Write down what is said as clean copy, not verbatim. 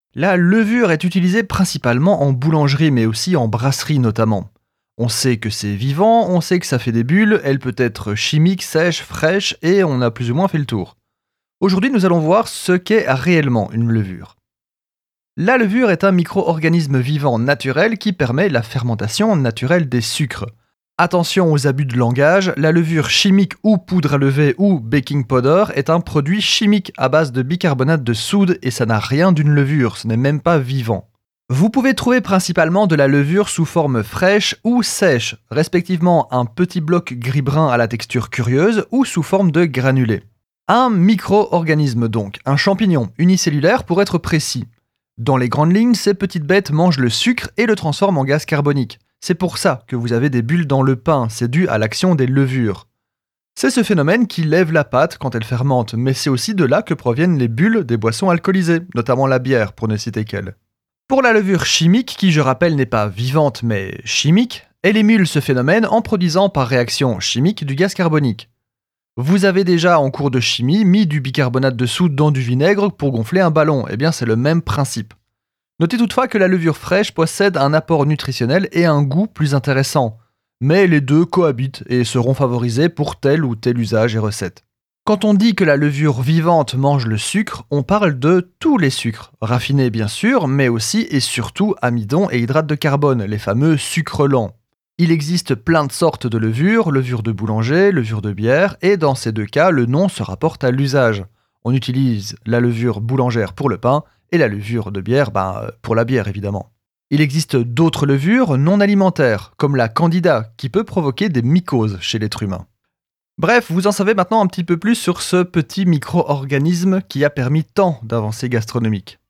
La levure est utilisée principalement en boulangerie, mais aussi en brasserie notamment. On sait que c'est vivant, on sait que ça fait des bulles, elle peut être chimique, sèche, fraîche, et on a plus ou moins fait le tour. Aujourd'hui, nous allons voir ce qu'est réellement une levure. La levure est un micro-organisme vivant naturel qui permet la fermentation naturelle des sucres. Attention aux abus de langage, la levure chimique ou poudre à lever ou baking powder est un produit chimique à base de bicarbonate de soude et ça n'a rien d'une levure, ce n'est même pas vivant. Vous pouvez trouver principalement de la levure sous forme fraîche ou sèche, respectivement un petit bloc gris-brun à la texture curieuse ou sous forme de granulés. Un micro-organisme donc, un champignon unicellulaire pour être précis. Dans les grandes lignes, ces petites bêtes mangent le sucre et le transforment en gaz carbonique. C'est pour ça que vous avez des bulles dans le pain, c'est dû à l'action des levures. C'est ce phénomène qui lève la pâte quand elle fermente, mais c'est aussi de là que proviennent les bulles des boissons alcoolisées, notamment la bière, pour ne citer qu'elle. Pour la levure chimique, qui je rappelle n'est pas vivante mais chimique, elle émule ce phénomène en produisant par réaction chimique du gaz carbonique. Vous avez déjà en cours de chimie mis du bicarbonate de soude dans du vinaigre pour gonfler un ballon, eh bien c'est le même principe. Notez toutefois que la levure fraîche possède un apport nutritionnel et un goût plus intéressant. Mais les deux cohabitent et seront favorisés pour tel ou tel usage et recette. Quand on dit que la levure vivante mange le sucre, on parle de tous les sucres, raffinés bien sûr, mais aussi et surtout amidon et hydrates de carbone, les fameux sucres lents. Il existe plein de sortes de levures, levure de boulanger, levure de bière, et dans ces deux cas, le nom se rapporte à l'usage. On utilise la levure boulangère pour le pain, et la levure de bière, pour la bière évidemment. Il existe d'autres levures non alimentaires, comme la candida, qui peut provoquer des mycoses chez l'être humain. Bref, vous en savez maintenant un petit peu plus sur ce petit micro-organisme qui a permis tant d'avancées gastronomiques.